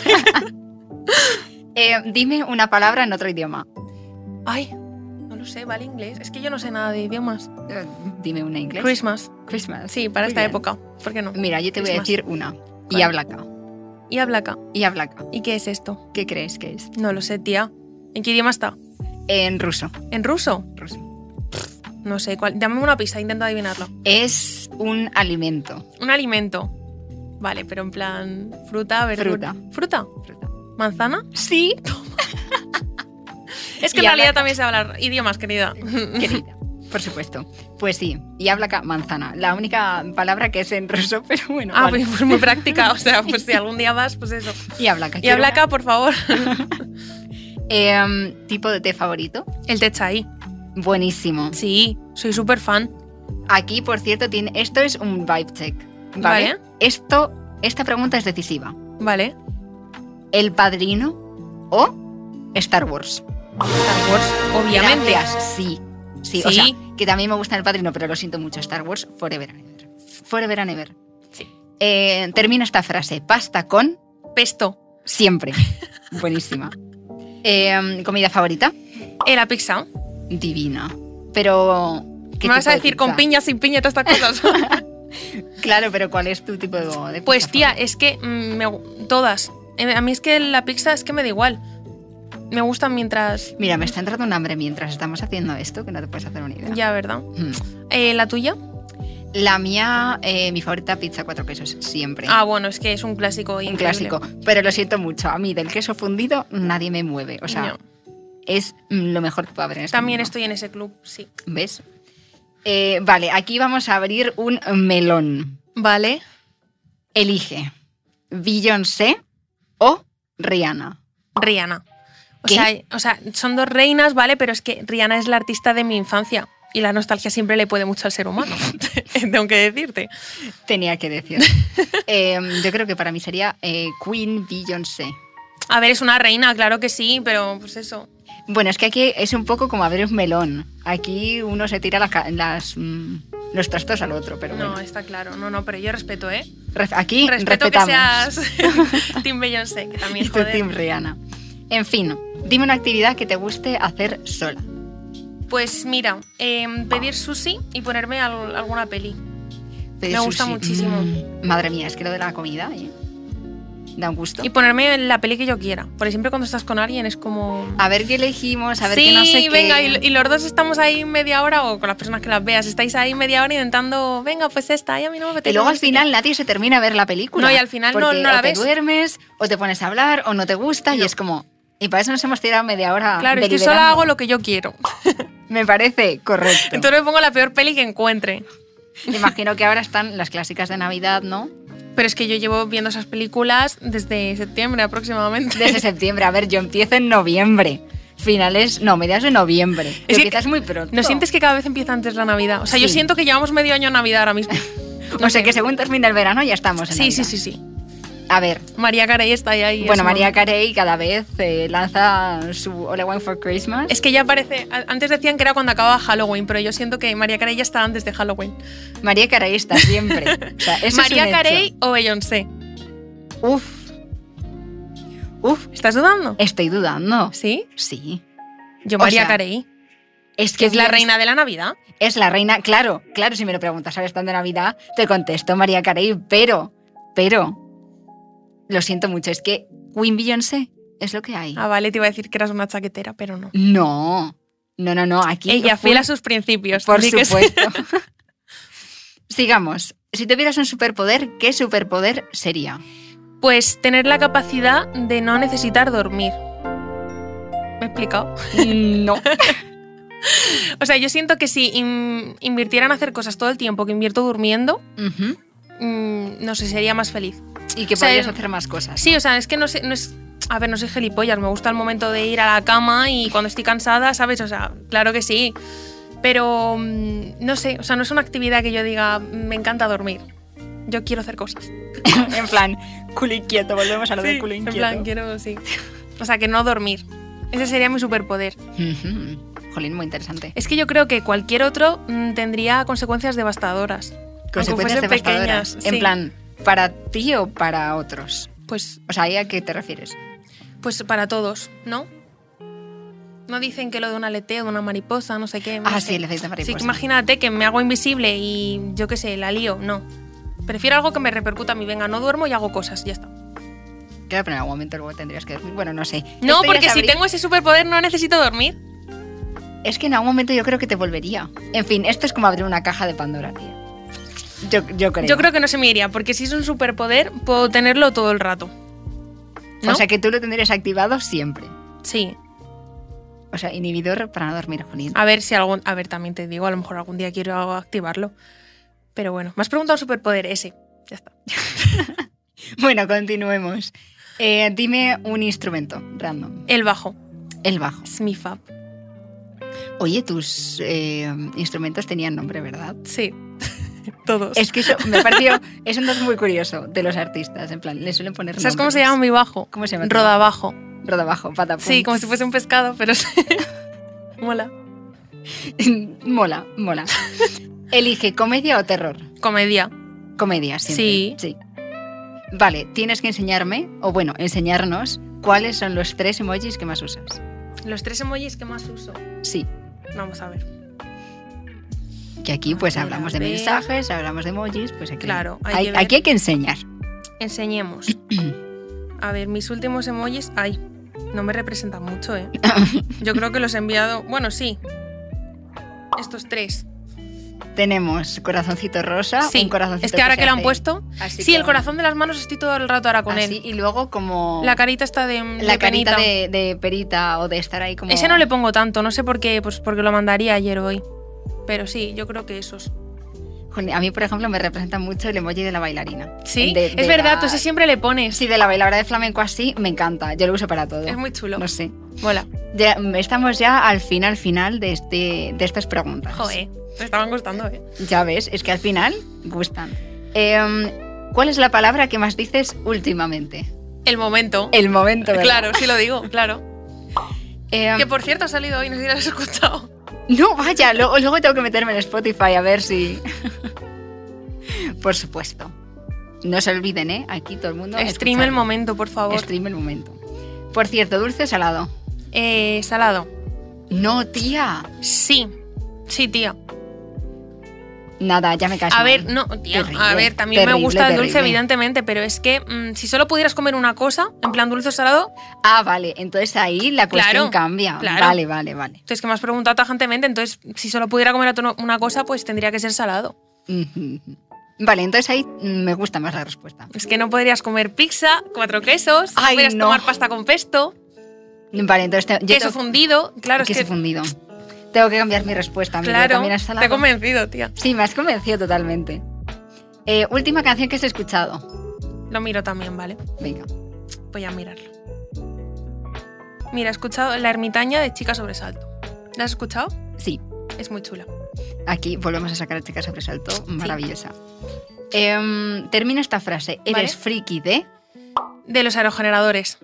Eh, dime una palabra en otro idioma. Ay, no lo sé, ¿vale? Inglés. Es que yo no sé nada de idiomas. Eh, dime una en inglés. Christmas. Christmas. Sí, para Muy esta bien. época. ¿Por qué no? Mira, yo te voy a Christmas. decir una. Y ¿Cuál? habla acá. Y habla acá. Y habla acá. ¿Y qué es esto? ¿Qué crees que es? No lo sé, tía. ¿En qué idioma está? En ruso. ¿En ruso? Ruso. No sé, cuál, dame una pista, intento adivinarlo. Es un alimento. Un alimento. Vale, pero en plan fruta, verdura. Fruta. ¿Fruta? Fruta. ¿Manzana? Sí. Es que Y en habla realidad ca- también sé hablar idiomas, querida. Querida, por supuesto. Pues sí, yablaka, manzana. La única palabra que es en ruso, pero bueno. Ah, vale. pues muy práctica. O sea, pues si algún día vas, pues eso. Yablaka. Y habla acá, por favor. Eh, ¿Tipo de té favorito? El té chai. Buenísimo. Sí, soy súper fan. Aquí, por cierto, tiene, esto es un vibe check. ¿Vale? Vale. Esto, esta pregunta es decisiva. Vale. ¿El Padrino o Star Wars? Star Wars, obviamente. Gracias, sí. Sí, o Sí. sea, que también me gusta El Padrino, pero lo siento mucho. Star Wars, forever and ever. Forever and ever. Sí. Eh, termina esta frase. Pasta con Pesto. siempre. Buenísima. Eh, ¿Comida favorita? Eh, la pizza. Divina. Pero... ¿qué ¿Me vas tipo a de decir con pizza? piña, sin piña, todas estas cosas? Claro, pero ¿cuál es tu tipo de, de pizza Pues tía, favorita? es que mm, me- todas. Eh, A mí es que la pizza es que me da igual. Me gustan mientras... Mira, me está entrando un hambre mientras estamos haciendo esto, que no te puedes hacer una idea. Ya, ¿verdad? Mm. Eh, ¿La tuya? La mía, eh, mi favorita, pizza cuatro quesos, siempre. Ah, bueno, es que es un clásico un increíble. clásico. Pero lo siento mucho, a mí del queso fundido nadie me mueve. O sea, No. es mm, lo mejor que puede haber en este También mundo. estoy en ese club, sí. ¿Ves? Eh, vale, aquí vamos a abrir un melón. Vale. Elige Beyoncé o Rihanna. Rihanna. O ¿Qué? sea, o sea, son dos reinas, ¿vale? Pero es que Rihanna es la artista de mi infancia. Y la nostalgia siempre le puede mucho al ser humano. Tengo que decirte. Tenía que decir. Eh, yo creo que para mí sería eh, Queen Beyoncé. A ver, es una reina, claro que sí, pero pues eso. Bueno, es que aquí es un poco como abrir un melón. Aquí uno se tira las, ca- las, mm, los trastos al otro, pero No, bueno. está claro. No, no, pero yo respeto, ¿eh? Re- Aquí Respeto respetamos. que seas Team Beyoncé, que también Y tu joder. Team Rihanna. En fin, dime una actividad que te guste hacer sola. Pues mira, eh, pedir sushi y ponerme al- alguna peli. Pedir Me gusta sushi. muchísimo. Mm, madre mía, es que lo de la comida, ¿eh? Da un gusto. Y ponerme la peli que yo quiera. Porque siempre cuando estás con alguien es como... A ver qué elegimos, a ver sí, qué no sé qué. venga, y, y los dos estamos ahí media hora, o con las personas que las veas, estáis ahí media hora intentando, venga, pues esta, y a mí no me apetece. Y luego no al sé qué. final nadie se termina a ver la película. No, y al final no- porque no la o te ves. duermes, o te pones a hablar, o no te gusta, y No. es como... Y para eso nos hemos tirado media hora Claro, es que deliberando. solo hago lo que yo quiero. Me parece correcto. Entonces me pongo la peor peli que encuentre. Imagino que ahora están las clásicas de Navidad, ¿no? Pero es que yo llevo viendo esas películas desde septiembre aproximadamente. Desde septiembre. A ver, yo empiezo en noviembre. Finales, no, mediados de noviembre. Es Tú que- empiezas muy pronto. ¿No sientes que cada vez empieza antes la Navidad? O sea, yo Sí. siento que llevamos medio año en Navidad ahora mismo. O sea, que según termina el verano ya estamos en Sí, sí, Navidad. sí, sí. A ver, María Carey está ahí. ahí bueno, es María una- Carey cada vez eh, lanza su All I Want for Christmas. Es que ya parece... a- Antes decían que era cuando acababa Halloween, pero yo siento que María Carey ya está antes de Halloween. María Carey está siempre. O sea, eso ¿María es un Carey hecho. o Beyoncé? Uf. Uf, ¿Estás dudando? estoy dudando. ¿Sí? Sí. Yo O María sea, Carey. Es Que es la bien- reina de la Navidad. Es la reina, claro, claro, si me lo preguntas, ¿sabes? Estando de Navidad, te contesto María Carey, pero, pero, lo siento mucho, es que Queen Beyoncé es lo que hay. Ah, vale, te iba a decir que eras una chaquetera, pero no. No, no, no, no, aquí... Ella full- fiel a sus principios. Por di que sí. supuesto. Sigamos. Si tuvieras un superpoder, ¿qué superpoder sería? Pues tener la capacidad de no necesitar dormir. ¿Me he explicado? No. O sea, yo siento que si in- invirtiera en hacer cosas todo el tiempo que invierto durmiendo, Ujú. mm, no sé, sería más feliz. Y que O sea, podrías hacer más cosas. Sí, o sea, es que no sé, no es... A ver, no soy gilipollas, me gusta el momento de ir a la cama y cuando estoy cansada, ¿sabes? O sea, claro que sí. Pero, mm, no sé, o sea, no es una actividad que yo diga, me encanta dormir. Yo quiero hacer cosas. En plan, culo inquieto, volvemos a lo de Sí, culo en inquieto. plan, quiero, sí. O sea, que no dormir. Ese sería mi superpoder. Ujú. Jolín, muy interesante. Es que yo creo que cualquier otro mm, tendría consecuencias devastadoras. aunque Consecuencias fuesen devastadoras. pequeñas, En sí. plan, ¿para ti o para otros? Pues, O sea, ¿ahí a qué te refieres? pues para todos, ¿no? No dicen que lo de un aleteo, de una mariposa, no sé qué. no Ah, sé. sí, el efecto Sí, mariposa. que imagínate que me hago invisible y yo qué sé, la lío. No. Prefiero algo que me repercuta a mí. Venga, no duermo y hago cosas, ya está. Claro, pero en algún momento luego tendrías que dormir. Bueno, no sé. No, Esto ya porque si sabría- tengo ese superpoder no necesito dormir. Es que en algún momento yo creo que te volvería. En fin, esto es como abrir una caja de Pandora, tío. Yo, yo creo. Yo creo que no se me iría, porque si es un superpoder, puedo tenerlo todo el rato. ¿No? O sea, que tú lo tendrías activado siempre. Sí. O sea, inhibidor para no dormir, Jolín. A ver si algún... A ver, también te digo, a lo mejor algún día quiero activarlo. Pero bueno, me has preguntado un superpoder, ese. Ya está. Bueno, continuemos. Eh, dime un instrumento random. El bajo. El bajo. Es mi fab. Oye, tus eh, instrumentos tenían nombre, ¿verdad? Sí. Todos. Es que eso me pareció... Es un dato muy curioso de los artistas. En plan, le suelen poner nombres. ¿Sabes cómo se llama mi bajo? ¿Cómo se llama? Rodabajo. Rodabajo, patapón. Sí, como si fuese un pescado, pero... Mola. Mola, mola. Elige comedia o terror. Comedia. Comedia, siempre. Sí. Sí. Vale, tienes que enseñarme, o bueno, enseñarnos, cuáles son los tres emojis que más usas. Los tres emojis que más uso. Sí. Vamos a ver. Que aquí pues A ver, hablamos a de ver. mensajes, hablamos de emojis, pues aquí, Claro, hay hay, que ver. aquí hay que enseñar. Enseñemos. A ver, mis últimos emojis... Ay, no me representan mucho, ¿eh? Yo creo que los he enviado... Bueno, sí. Estos tres. Tenemos corazoncito rosa, Sí, un corazoncito es que ahora se que lo han hace puesto... así Sí, el con- corazón de las manos estoy todo el rato ahora con así, él. y luego como La carita está de, de la carita penita. de, de perita o de estar ahí como... Ese no le pongo tanto, no sé por qué, pues porque lo mandaría ayer o hoy. Pero sí, yo creo que esos. Joder, a mí, por ejemplo, me representa mucho el emoji de la bailarina. Sí, De- de es verdad, la- tú ese siempre le pones. Sí, de la bailadora de flamenco así, me encanta. Yo lo uso para todo. Es muy chulo. No sé. Mola. Ya, estamos ya al final, final de, este, de estas preguntas. Joder, me estaban gustando, ¿eh? Ya ves, es que al final gustan. Eh, ¿Cuál es la palabra que más dices últimamente? El momento. El momento, ¿verdad? Claro, sí lo digo, claro. Eh, Que por cierto ha salido hoy, no sé si lo has escuchado. No, vaya, luego, luego tengo que meterme en Spotify a ver si... Por supuesto. No se olviden, ¿eh? Aquí todo el mundo... Stream el escucharlo. momento, por favor. Stream el momento. Por cierto, ¿dulce o salado? Eh, salado. No, tía. Sí. Sí, tía. Nada, ya me caes A mal. ver, no, tía. Terrible, A ver, también me terrible, gusta el dulce, terrible. evidentemente, pero es que mm, si solo pudieras comer una cosa, en plan dulce o salado, Ah, vale. Entonces ahí la cuestión Claro, cambia. claro. Vale, vale, vale. entonces que me has preguntado tajantemente, entonces si solo pudiera comer una cosa, pues tendría que ser salado. Ujú. Vale, entonces ahí mm, me gusta más la respuesta. Es que no podrías comer pizza, cuatro quesos, no Ay, podrías no. tomar pasta con pesto, Vale, entonces... te- yo queso tengo- fundido, claro, es queso que... fundido. Tengo que cambiar mi respuesta. Mira, Claro, también has te salado. he convencido, tía. Sí, me has convencido totalmente. Eh, última canción que has escuchado. Lo miro también, ¿vale? Venga. Voy a mirarlo. Mira, he escuchado La ermitaña de Chica Sobresalto. ¿La has escuchado? Sí, Es muy chula. aquí volvemos a sacar a Chica Sobresalto. Maravillosa. Em, termina esta frase. Eres Vale. friki de... De los aerogeneradores.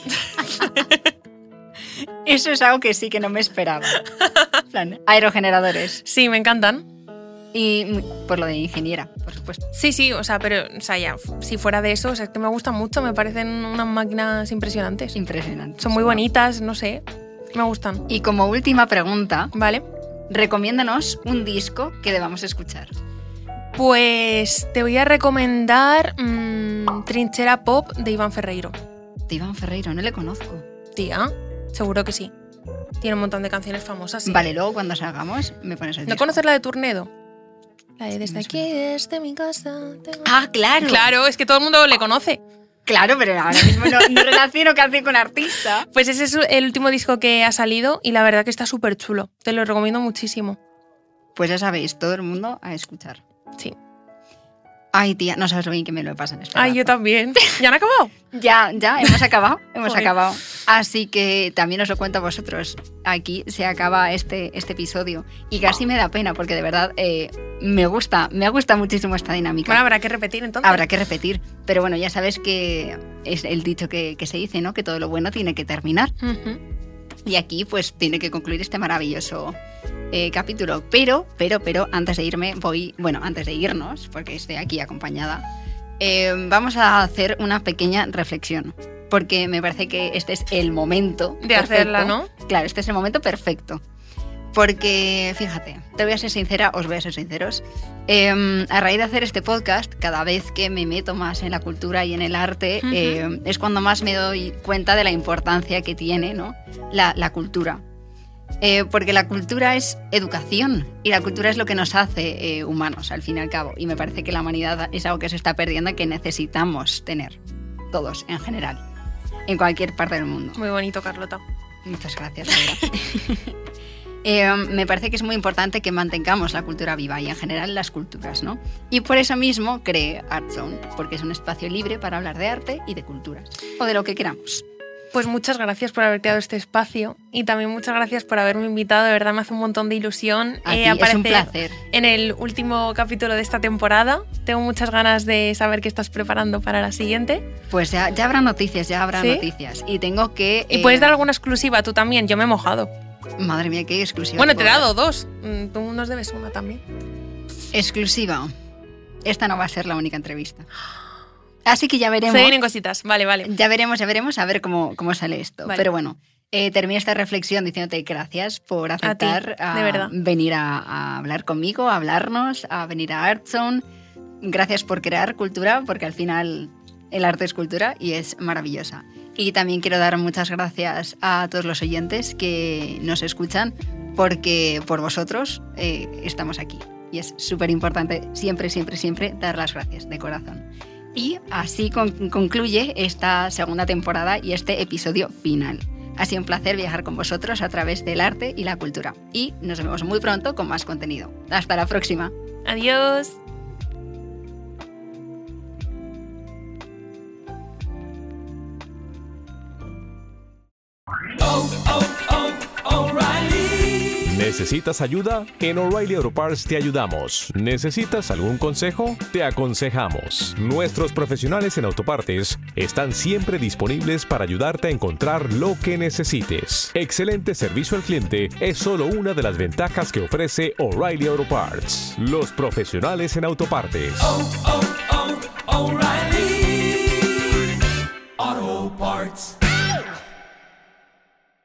Eso es algo que sí que no me esperaba. En plan, aerogeneradores. Sí, me encantan. Y mm, por lo de ingeniera, por supuesto. Sí, sí, o sea, pero o sea, ya, si fuera de eso, o sea, es que me gustan mucho, me parecen unas máquinas impresionantes. Impresionante. Son muy bonitas, no sé, me gustan. Y como última pregunta, Vale, recomiéndanos un disco que debamos escuchar. pues te voy a recomendar mmm, Trinchera Pop de Iván Ferreiro. De Iván Ferreiro, no le conozco. Tía, seguro que sí. Tiene un montón de canciones famosas. Sí. Vale, luego cuando salgamos me pones el ¿No disco. conoces la de Turnedo? La de Desde me aquí, desde mi casa. tengo- Ah, claro. Claro, es que todo el mundo le conoce. Claro, pero ahora mismo no, no relaciono canción con artista. Pues ese es el último disco que ha salido y la verdad que está súper chulo. Te lo recomiendo muchísimo. Pues ya sabéis, todo el mundo a escuchar. Sí. Ay, tía, no sabes lo bien que me lo pasan. Este Ay, rato. yo también. ¿Ya han acabado? Ya, ya, hemos acabado, hemos Joder. acabado. Así que también os lo cuento a vosotros. Aquí se acaba este, este episodio. Y casi me da pena, porque de verdad eh, me gusta, me gusta muchísimo esta dinámica. Bueno, habrá que repetir entonces. Habrá que repetir. Pero bueno, ya sabes que es el dicho que, que se dice, ¿no? Que todo lo bueno tiene que terminar. Ujú. Y aquí pues tiene que concluir este maravilloso eh, capítulo. Pero, pero, pero, antes de irme, voy, bueno, antes de irnos, porque estoy aquí acompañada, eh, vamos a hacer una pequeña reflexión. Porque me parece que este es el momento De perfecto. hacerla, ¿no? Claro, este es el momento perfecto. Porque, fíjate, te voy a ser sincera, os voy a ser sinceros. Eh, a raíz de hacer este podcast, cada vez que me meto más en la cultura y en el arte, Ujú. eh, es cuando más me doy cuenta de la importancia que tiene, ¿no? la, la cultura. Eh, porque la cultura es educación y la cultura es lo que nos hace eh, humanos, al fin y al cabo. Y me parece que la humanidad es algo que se está perdiendo, que necesitamos tener, todos en general, en cualquier parte del mundo. Muy bonito, Carlota. Muchas gracias, eh, me parece que es muy importante que mantengamos la cultura viva y en general las culturas, ¿no? Y por eso mismo creé ArtZone, porque es un espacio libre para hablar de arte y de culturas, o de lo que queramos. Pues muchas gracias por haber creado este espacio y también muchas gracias por haberme invitado. De verdad me hace un montón de ilusión a ti, es un placer. En el último capítulo de esta temporada. Tengo muchas ganas de saber qué estás preparando para la siguiente. Pues ya, ya habrá noticias, ya habrá ¿Sí? noticias. Y tengo que... ¿Y eh... puedes dar alguna exclusiva tú también? Yo me he mojado. Madre mía, qué exclusiva. Bueno, te he dado dos. Tú nos debes una también. Exclusiva. Esta no va a ser la única entrevista. Así que ya veremos. Se vienen cositas, vale, vale. Ya veremos, ya veremos a ver cómo, cómo sale esto. Vale. Pero bueno, eh, termino esta reflexión diciéndote gracias por aceptar a ti, de verdad. venir a, a hablar conmigo, a hablarnos, a venir a ArtZone. Gracias por crear cultura, porque al final el arte es cultura y es maravillosa. Y también quiero dar muchas gracias a todos los oyentes que nos escuchan, porque por vosotros eh, estamos aquí. Y es súper importante siempre, siempre, siempre dar las gracias de corazón. Y así con- concluye esta segunda temporada y este episodio final. Ha sido un placer viajar con vosotros a través del arte y la cultura. Y nos vemos muy pronto con más contenido. Hasta la próxima. Adiós. ¿Necesitas ayuda? En O'Reilly Auto Parts te ayudamos. ¿Necesitas algún consejo? Te aconsejamos. Nuestros profesionales en autopartes están siempre disponibles para ayudarte a encontrar lo que necesites. Excelente servicio al cliente es solo una de las ventajas que ofrece O'Reilly Auto Parts. Los profesionales en autopartes. Oh, oh, oh, O'Reilly.